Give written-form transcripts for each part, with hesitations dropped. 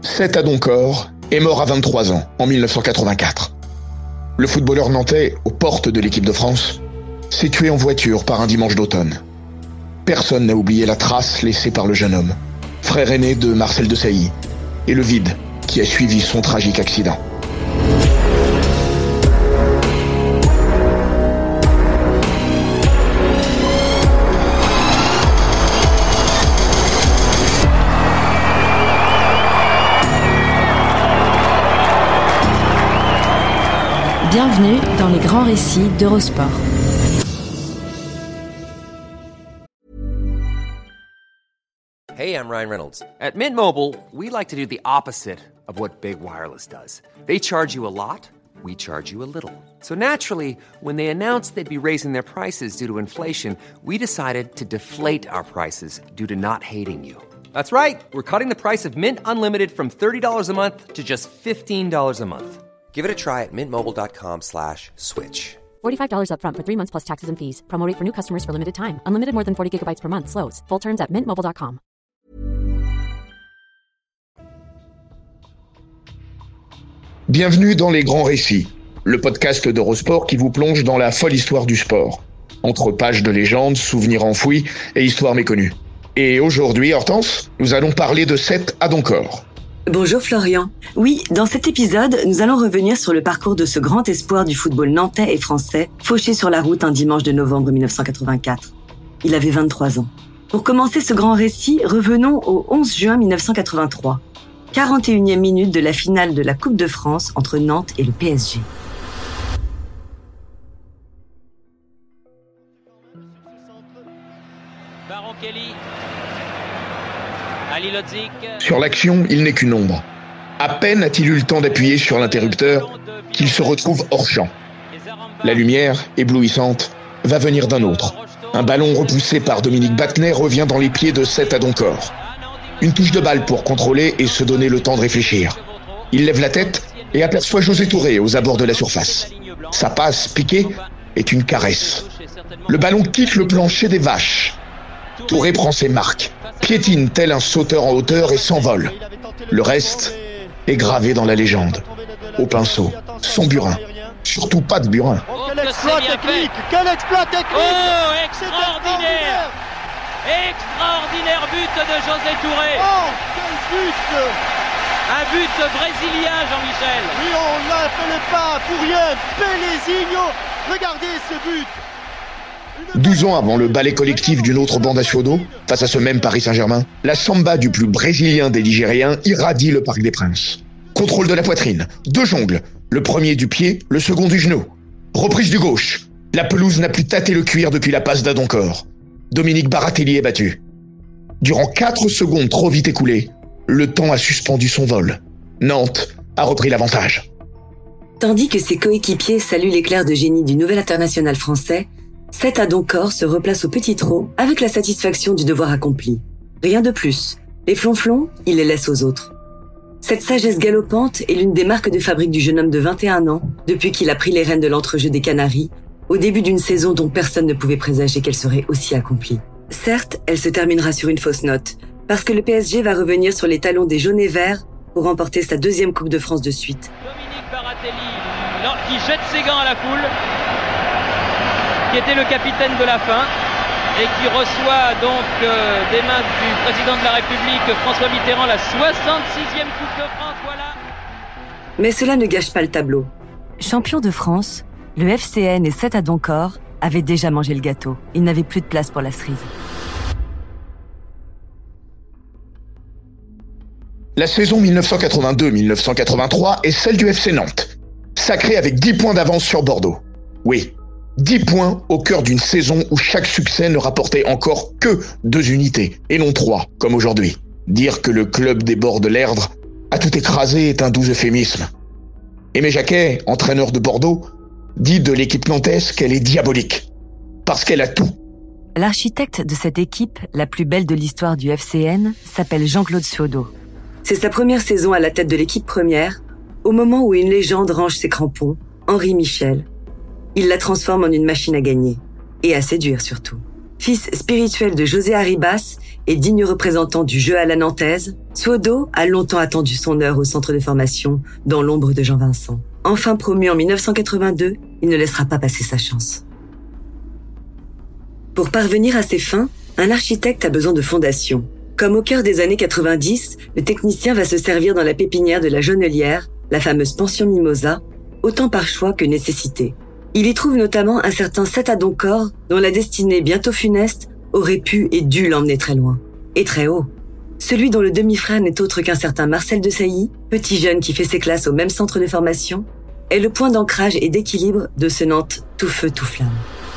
Seth Adoncor est mort à 23 ans, en 1984. Le footballeur nantais, aux portes de l'équipe de France, s'est tué en voiture par un dimanche d'automne. Personne n'a oublié la trace laissée par le jeune homme, frère aîné de Marcel Desailly, et le vide qui a suivi son tragique accident. Bienvenue dans les grands récits d'Eurosport. Hey, I'm Ryan Reynolds. At Mint Mobile, we like to do the opposite of what Big Wireless does. They charge you a lot, we charge you a little. So naturally, when they announced they'd be raising their prices due to inflation, we decided to deflate our prices due to not hating you. That's right. We're cutting the price of Mint Unlimited from $30 a month to just $15 a month. Give it a try at mintmobile.com/switch. $45 up front for 3 months plus taxes and fees. Promo rate for new customers for limited time. Unlimited more than 40 gigabytes per month. Slows full terms at mintmobile.com. Bienvenue dans Les Grands Récits, le podcast d'Eurosport qui vous plonge dans la folle histoire du sport. Entre pages de légendes, souvenirs enfouis et histoires méconnues. Et aujourd'hui, Hortense, nous allons parler de Seth Adoncor. Bonjour Florian. Oui, dans cet épisode, nous allons revenir sur le parcours de ce grand espoir du football nantais et français, fauché sur la route un dimanche de novembre 1984. Il avait 23 ans. Pour commencer ce grand récit, revenons au 11 juin 1983. 41e minute de la finale de la Coupe de France entre Nantes et le PSG. Baron Kelly. Ali Lodzik. Sur l'action, il n'est qu'une ombre. À peine a-t-il eu le temps d'appuyer sur l'interrupteur qu'il se retrouve hors champ. La lumière, éblouissante, va venir d'un autre. Un ballon repoussé par Dominique Battenet revient dans les pieds de Seth Adoncor. Une touche de balle pour contrôler et se donner le temps de réfléchir. Il lève la tête et aperçoit José Touré aux abords de la surface. Sa passe piquée est une caresse. Le ballon quitte le plancher des vaches. Touré prend ses marques, piétine tel un sauteur en hauteur et s'envole. Le reste est gravé dans la légende. Au pinceau, sans burin. Surtout pas de burin. Oh, quel exploit technique! Quel exploit technique! Oh, extraordinaire! Extraordinaire but de José Touré! Oh, quel but! Un but brésilien, Jean-Michel! Oui, on ne l'appelait pas pour rien, Belezinho! Regardez ce but! 12 ans avant le ballet collectif d'une autre bande à Chiodo, face à ce même Paris Saint-Germain, la samba du plus brésilien des Ligériens irradie le Parc des Princes. Contrôle de la poitrine, 2 jongles, le premier du pied, le second du genou. Reprise du gauche. La pelouse n'a plus tâté le cuir depuis la passe d'Adoncor. Dominique Baratelli est battu. Durant 4 secondes trop vite écoulées, le temps a suspendu son vol. Nantes a repris l'avantage. Tandis que ses coéquipiers saluent l'éclair de génie du nouvel international français, Seth Adoncor se replace au petit trot avec la satisfaction du devoir accompli. Rien de plus. Les flonflons, il les laisse aux autres. Cette sagesse galopante est l'une des marques de fabrique du jeune homme de 21 ans depuis qu'il a pris les rênes de l'entrejeu des Canaries au début d'une saison dont personne ne pouvait présager qu'elle serait aussi accomplie. Certes, elle se terminera sur une fausse note, parce que le PSG va revenir sur les talons des jaunes et verts pour remporter sa 2e Coupe de France de suite. Dominique Baratelli, qui jette ses gants à la foule, qui était le capitaine de la fin et qui reçoit donc des mains du président de la République, François Mitterrand, la 66e Coupe de France, voilà. Mais cela ne gâche pas le tableau. Champion de France, le FCN et Seth Adoncor avaient déjà mangé le gâteau. Il n'avait plus de place pour la cerise. La saison 1982-1983 est celle du FC Nantes, sacrée avec 10 points d'avance sur Bordeaux. Oui, 10 points au cœur d'une saison où chaque succès ne rapportait encore que 2 unités, et non 3, comme aujourd'hui. Dire que le club des bords de l'Erdre a tout écrasé est un doux euphémisme. Aimé Jacquet, entraîneur de Bordeaux, dit de l'équipe nantaise qu'elle est diabolique, parce qu'elle a tout. L'architecte de cette équipe, la plus belle de l'histoire du FCN, s'appelle Jean-Claude Chiodo. C'est sa première saison à la tête de l'équipe première, au moment où une légende range ses crampons, Henri Michel. Il la transforme en une machine à gagner, et à séduire surtout. Fils spirituel de José Arribas et digne représentant du jeu à la nantaise, Suodo a longtemps attendu son heure au centre de formation dans l'ombre de Jean Vincent. Enfin promu en 1982, il ne laissera pas passer sa chance. Pour parvenir à ses fins, un architecte a besoin de fondations. Comme au cœur des années 90, le technicien va se servir dans la pépinière de la Jonelière, la fameuse pension Mimosa, autant par choix que nécessité. Il y trouve notamment un certain Seth Adoncor, dont la destinée bientôt funeste aurait pu et dû l'emmener très loin. Et très haut. Celui dont le demi-frère n'est autre qu'un certain Marcel Desailly, petit jeune qui fait ses classes au même centre de formation, est le point d'ancrage et d'équilibre de ce Nantes tout feu tout flamme.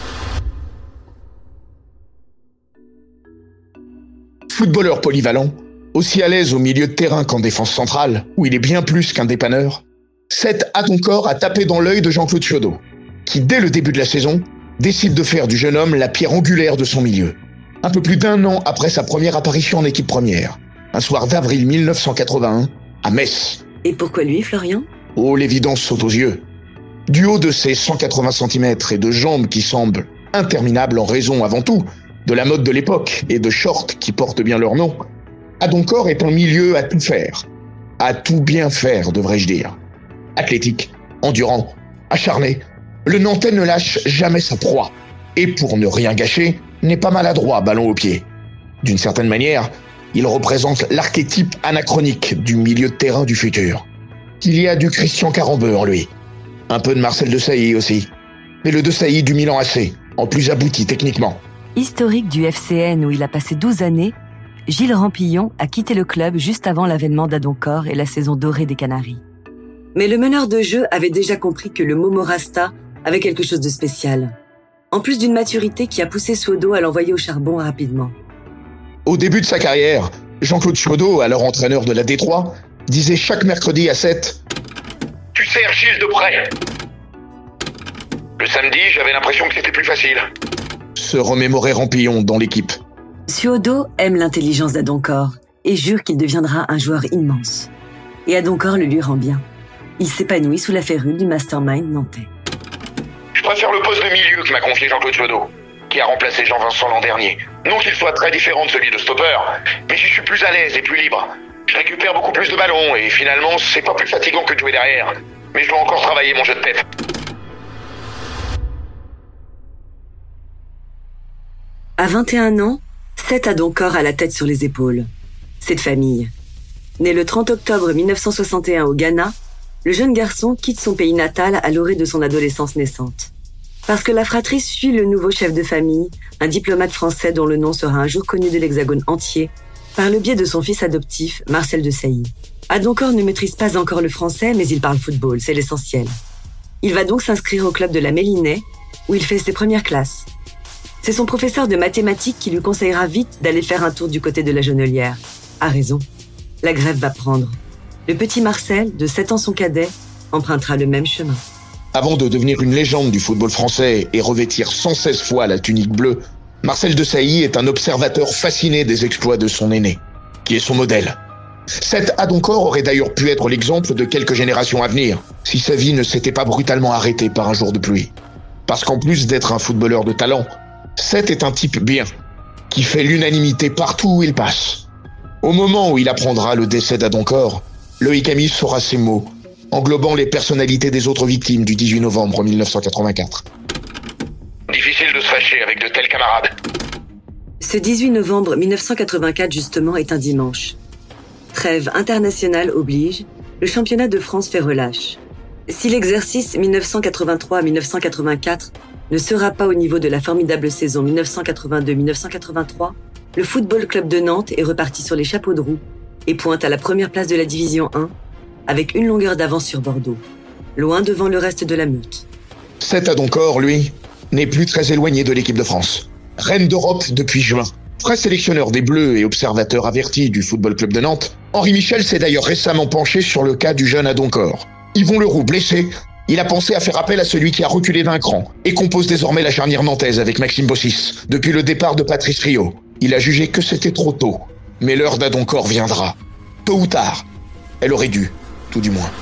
Footballeur polyvalent, aussi à l'aise au milieu de terrain qu'en défense centrale, où il est bien plus qu'un dépanneur, Seth Adoncor a tapé dans l'œil de Jean-Claude Suodo, qui, dès le début de la saison, décide de faire du jeune homme la pierre angulaire de son milieu. Un peu plus d'1 an après sa première apparition en équipe première, un soir d'avril 1981, à Metz. Et pourquoi lui, Florian ? Oh, l'évidence saute aux yeux. Du haut de ses 180 cm et de jambes qui semblent interminables en raison, avant tout, de la mode de l'époque et de shorts qui portent bien leur nom, Adoncor est un milieu à tout faire. À tout bien faire, devrais-je dire. Athlétique, endurant, acharné, le Nantais ne lâche jamais sa proie. Et pour ne rien gâcher, n'est pas maladroit, ballon au pied. D'une certaine manière, il représente l'archétype anachronique du milieu de terrain du futur. Il y a du Christian Carambeu en lui. Un peu de Marcel Desailly aussi. Mais le Desailly du Milan AC, en plus abouti techniquement. Historique du FCN où il a passé 12 années, Gilles Rampillon a quitté le club juste avant l'avènement d'Adoncor et la saison dorée des Canaries. Mais le meneur de jeu avait déjà compris que le Momo Rasta avait quelque chose de spécial. En plus d'une maturité qui a poussé Suodo à l'envoyer au charbon rapidement. Au début de sa carrière, Jean-Claude Suodo, alors entraîneur de la D3, disait chaque mercredi à 7 « Tu sers Gilles de près !» Le samedi, j'avais l'impression que c'était plus facile. Se remémorait Rampillon dans l'équipe. Suodo aime l'intelligence d'Adoncor et jure qu'il deviendra un joueur immense. Et Adoncor le lui rend bien. Il s'épanouit sous la férule du mastermind nantais. Je préfère le poste de milieu que m'a confié Jean-Claude Suodo, qui a remplacé Jean Vincent l'an dernier. Non qu'il soit très différent de celui de stopper, mais j'y suis plus à l'aise et plus libre. Je récupère beaucoup plus de ballons et finalement, c'est pas plus fatigant que de jouer derrière. Mais je dois encore travailler mon jeu de tête. À 21 ans, Seth Adoncor a la tête sur les épaules. C'est de famille. Né le 30 octobre 1961 au Ghana, le jeune garçon quitte son pays natal à l'orée de son adolescence naissante. Parce que la fratrie suit le nouveau chef de famille, un diplomate français dont le nom sera un jour connu de l'Hexagone entier, par le biais de son fils adoptif, Marcel Desailly. Adoncor ne maîtrise pas encore le français, mais il parle football, c'est l'essentiel. Il va donc s'inscrire au club de la Mélinais, où il fait ses premières classes. C'est son professeur de mathématiques qui lui conseillera vite d'aller faire un tour du côté de la Jonelière. A raison. La grève va prendre. Le petit Marcel, de 7 ans son cadet, empruntera le même chemin. Avant de devenir une légende du football français et revêtir 116 fois la tunique bleue, Marcel Desailly est un observateur fasciné des exploits de son aîné, qui est son modèle. Seth Adoncor aurait d'ailleurs pu être l'exemple de quelques générations à venir, si sa vie ne s'était pas brutalement arrêtée par un jour de pluie. Parce qu'en plus d'être un footballeur de talent, Seth est un type bien, qui fait l'unanimité partout où il passe. Au moment où il apprendra le décès d'Adoncor, Loïc Amis fera ces mots, englobant les personnalités des autres victimes du 18 novembre 1984. Difficile de se fâcher avec de tels camarades. Ce 18 novembre 1984, justement, est un dimanche. Trêve internationale oblige, le championnat de France fait relâche. Si l'exercice 1983-1984 ne sera pas au niveau de la formidable saison 1982-1983, le Football Club de Nantes est reparti sur les chapeaux de roue et pointe à la première place de la Division 1 avec une longueur d'avance sur Bordeaux, loin devant le reste de la meute. Seth Adoncor, lui, n'est plus très éloigné de l'équipe de France. Reine d'Europe depuis juin. Vrai sélectionneur des Bleus et observateur averti du Football Club de Nantes, Henri Michel s'est d'ailleurs récemment penché sur le cas du jeune Adoncor. Yvon Leroux, blessé, il a pensé à faire appel à celui qui a reculé d'un cran et compose désormais la charnière nantaise avec Maxime Bossis depuis le départ de Patrice Riot. Il a jugé que c'était trop tôt. Mais l'heure d'Adoncor viendra. Tôt ou tard. Elle aurait dû, tout du moins.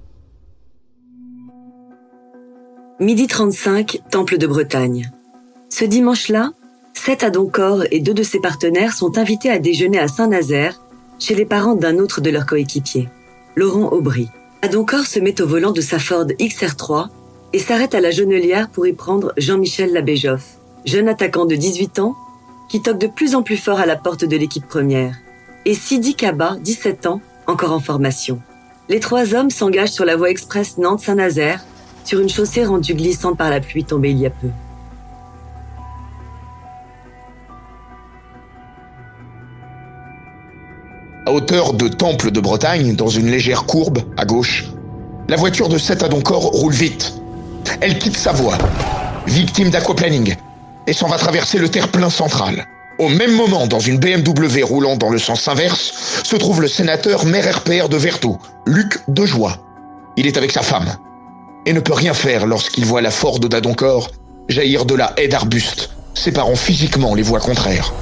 12h35, Temple de Bretagne. Ce dimanche-là, Seth Adoncor et 2 de ses partenaires sont invités à déjeuner à Saint-Nazaire, chez les parents d'un autre de leurs coéquipiers, Laurent Aubry. Adoncor se met au volant de sa Ford XR3 et s'arrête à la Jonelière pour y prendre Jean-Michel Labéjoff, jeune attaquant de 18 ans, qui toque de plus en plus fort à la porte de l'équipe première, et Sidi Kaba, 17 ans, encore en formation. Les 3 hommes s'engagent sur la voie express Nantes-Saint-Nazaire, sur une chaussée rendue glissante par la pluie tombée il y a peu. À hauteur de Temple de Bretagne, dans une légère courbe, à gauche, la voiture de Seth Adoncor roule vite. Elle quitte sa voie, victime d'aquaplaning, et s'en va traverser le terre-plein central. Au même moment, dans une BMW roulant dans le sens inverse, se trouve le sénateur maire RPR de Vertou, Luc Dejoie. Il est avec sa femme, et ne peut rien faire lorsqu'il voit la Ford d'Adoncor jaillir de la haie d'arbustes, séparant physiquement les voies contraires.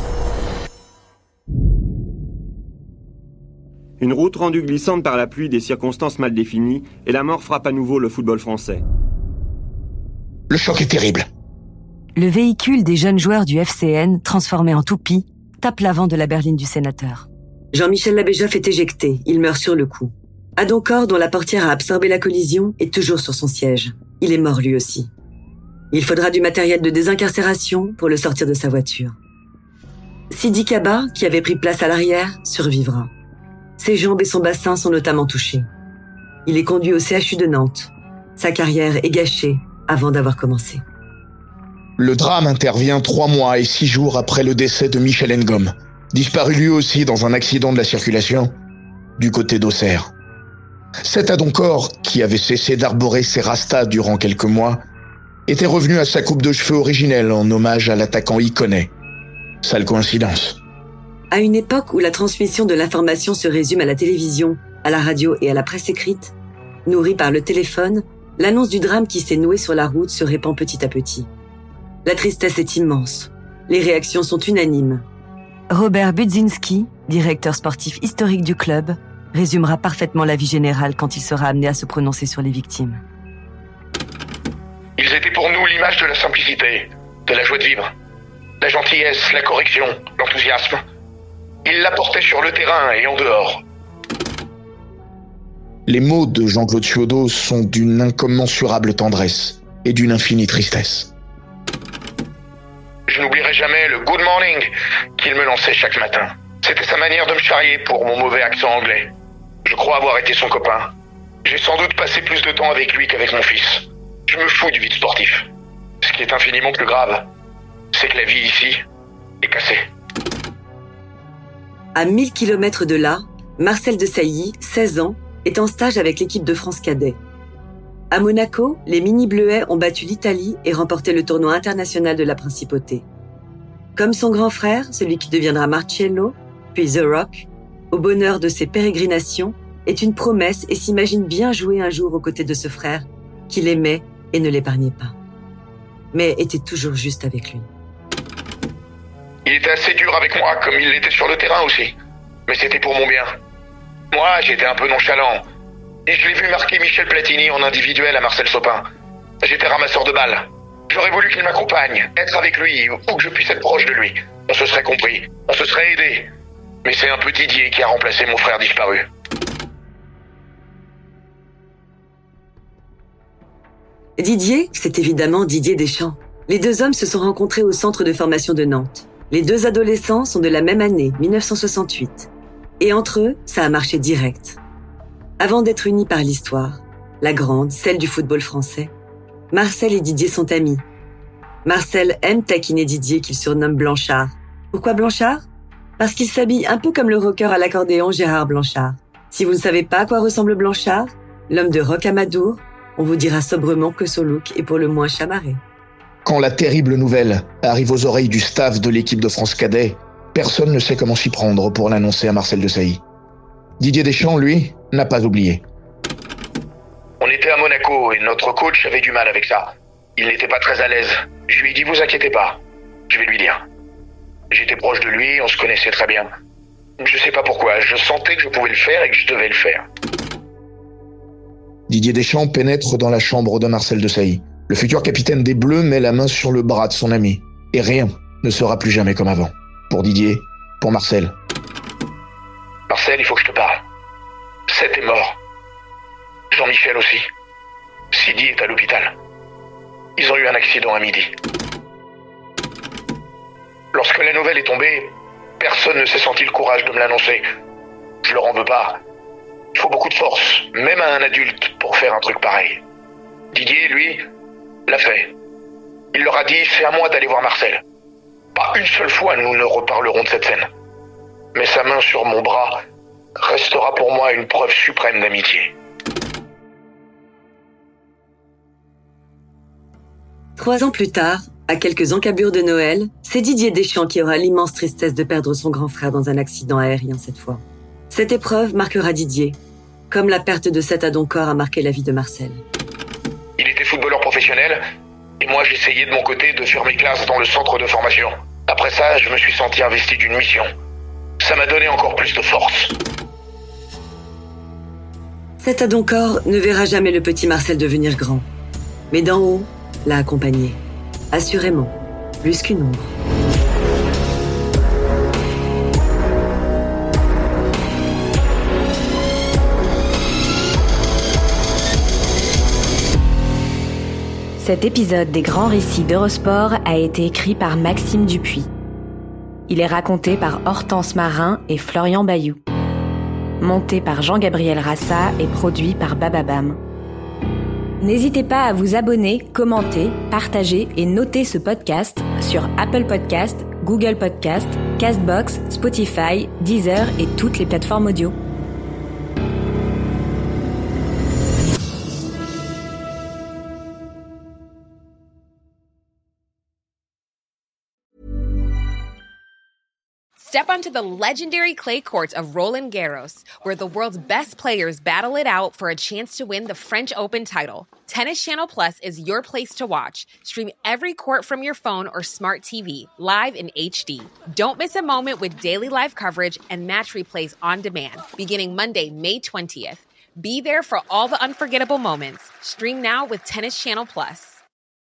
Une route rendue glissante par la pluie, des circonstances mal définies, et la mort frappe à nouveau le football français. Le choc est terrible. Le véhicule des jeunes joueurs du FCN, transformé en toupie, tape l'avant de la berline du sénateur. Jean-Michel Labéjoff est éjecté, il meurt sur le coup. Adoncor, dont la portière a absorbé la collision, est toujours sur son siège. Il est mort lui aussi. Il faudra du matériel de désincarcération pour le sortir de sa voiture. Sidi Kaba, qui avait pris place à l'arrière, survivra. Ses jambes et son bassin sont notamment touchés. Il est conduit au CHU de Nantes. Sa carrière est gâchée avant d'avoir commencé. Le drame intervient 3 mois et 6 jours après le décès de Michel Ngom, disparu lui aussi dans un accident de la circulation du côté d'Auxerre. Seth Adoncor, qui avait cessé d'arborer ses rastas durant quelques mois, était revenu à sa coupe de cheveux originelle en hommage à l'attaquant Iconet. Sale coïncidence. À une époque où la transmission de l'information se résume à la télévision, à la radio et à la presse écrite, nourrie par le téléphone, l'annonce du drame qui s'est noué sur la route se répand petit à petit. La tristesse est immense. Les réactions sont unanimes. Robert Budzinski, directeur sportif historique du club, résumera parfaitement l'avis général quand il sera amené à se prononcer sur les victimes. Ils étaient pour nous l'image de la simplicité, de la joie de vivre, la gentillesse, la correction, l'enthousiasme. Ils l'apportaient sur le terrain et en dehors. Les mots de Jean-Claude Chiodo sont d'une incommensurable tendresse et d'une infinie tristesse. Je n'oublierai jamais le « good morning » qu'il me lançait chaque matin. C'était sa manière de me charrier pour mon mauvais accent anglais. Je crois avoir été son copain. J'ai sans doute passé plus de temps avec lui qu'avec mon fils. Je me fous du vide sportif. Ce qui est infiniment plus grave, c'est que la vie ici est cassée. À 1000 km de là, Marcel Desailly, 16 ans, est en stage avec l'équipe de France cadet. À Monaco, les mini-bleuets ont battu l'Italie et remporté le tournoi international de la Principauté. Comme son grand frère, celui qui deviendra Marcello, puis The Rock, au bonheur de ses pérégrinations, est une promesse et s'imagine bien jouer un jour aux côtés de ce frère qu'il aimait et ne l'épargnait pas. Mais était toujours juste avec lui. Il était assez dur avec moi, comme il l'était sur le terrain aussi. Mais c'était pour mon bien. Moi, j'étais un peu nonchalant. Et je l'ai vu marquer Michel Platini en individuel à Marcel Sopin. J'étais ramasseur de balles. J'aurais voulu qu'il m'accompagne, être avec lui, ou que je puisse être proche de lui. On se serait compris, on se serait aidé. Mais c'est un peu Didier qui a remplacé mon frère disparu. Didier, c'est évidemment Didier Deschamps. Les 2 hommes se sont rencontrés au centre de formation de Nantes. Les 2 adolescents sont de la même année, 1968. Et entre eux, ça a marché direct. Avant d'être unis par l'histoire, la grande, celle du football français, Marcel et Didier sont amis. Marcel aime taquiner Didier qu'il surnomme Blanchard. Pourquoi Blanchard ? Parce qu'il s'habille un peu comme le rocker à l'accordéon Gérard Blanchard. Si vous ne savez pas à quoi ressemble Blanchard, l'homme de rock Amadour, on vous dira sobrement que son look est pour le moins chamarré. Quand la terrible nouvelle arrive aux oreilles du staff de l'équipe de France Cadet, personne ne sait comment s'y prendre pour l'annoncer à Marcel Desailly. Didier Deschamps, lui, n'a pas oublié. On était à Monaco et notre coach avait du mal avec ça. Il n'était pas très à l'aise. Je lui ai dit, vous inquiétez pas, je vais lui dire. J'étais proche de lui, on se connaissait très bien. Je sais pas pourquoi, je sentais que je pouvais le faire et que je devais le faire. Didier Deschamps pénètre dans la chambre de Marcel Desailly. Le futur capitaine des Bleus met la main sur le bras de son ami. Et rien ne sera plus jamais comme avant. Pour Didier, pour Marcel. Marcel, il faut que je te parle. Seth est mort. Jean-Michel aussi. Sidi est à l'hôpital. Ils ont eu un accident à midi. Lorsque la nouvelle est tombée, personne ne s'est senti le courage de me l'annoncer. Je leur en veux pas. Il faut beaucoup de force, même à un adulte, pour faire un truc pareil. Didier, lui, l'a fait. Il leur a dit, c'est à moi d'aller voir Marcel. Pas une seule fois nous ne reparlerons de cette scène. Mais sa main sur mon bras restera pour moi une preuve suprême d'amitié. 3 ans plus tard, à quelques encablures de Noël, c'est Didier Deschamps qui aura l'immense tristesse de perdre son grand frère dans un accident aérien cette fois. Cette épreuve marquera Didier, comme la perte de Seth Adoncor a marqué la vie de Marcel. Il était footballeur professionnel, et moi j'essayais de mon côté de faire mes classes dans le centre de formation. Après ça, je me suis senti investi d'une mission. Ça m'a donné encore plus de force. Seth Adoncor ne verra jamais le petit Marcel devenir grand. Mais d'en haut, l'a accompagné. Assurément, plus qu'une ombre. Cet épisode des grands récits d'Eurosport a été écrit par Maxime Dupuis. Il est raconté par Hortense Marin et Florian Bayou. Monté par Jean-Gabriel Rassa et produit par Bababam. N'hésitez pas à vous abonner, commenter, partager et noter ce podcast sur Apple Podcast, Google Podcast, Castbox, Spotify, Deezer et toutes les plateformes audio. Step onto the legendary clay courts of Roland Garros, where the world's best players battle it out for a chance to win the French Open title. Tennis Channel Plus is your place to watch. Stream every court from your phone or smart TV, live in HD. Don't miss a moment with daily live coverage and match replays on demand, beginning Monday, May 20th. Be there for all the unforgettable moments. Stream now with Tennis Channel Plus.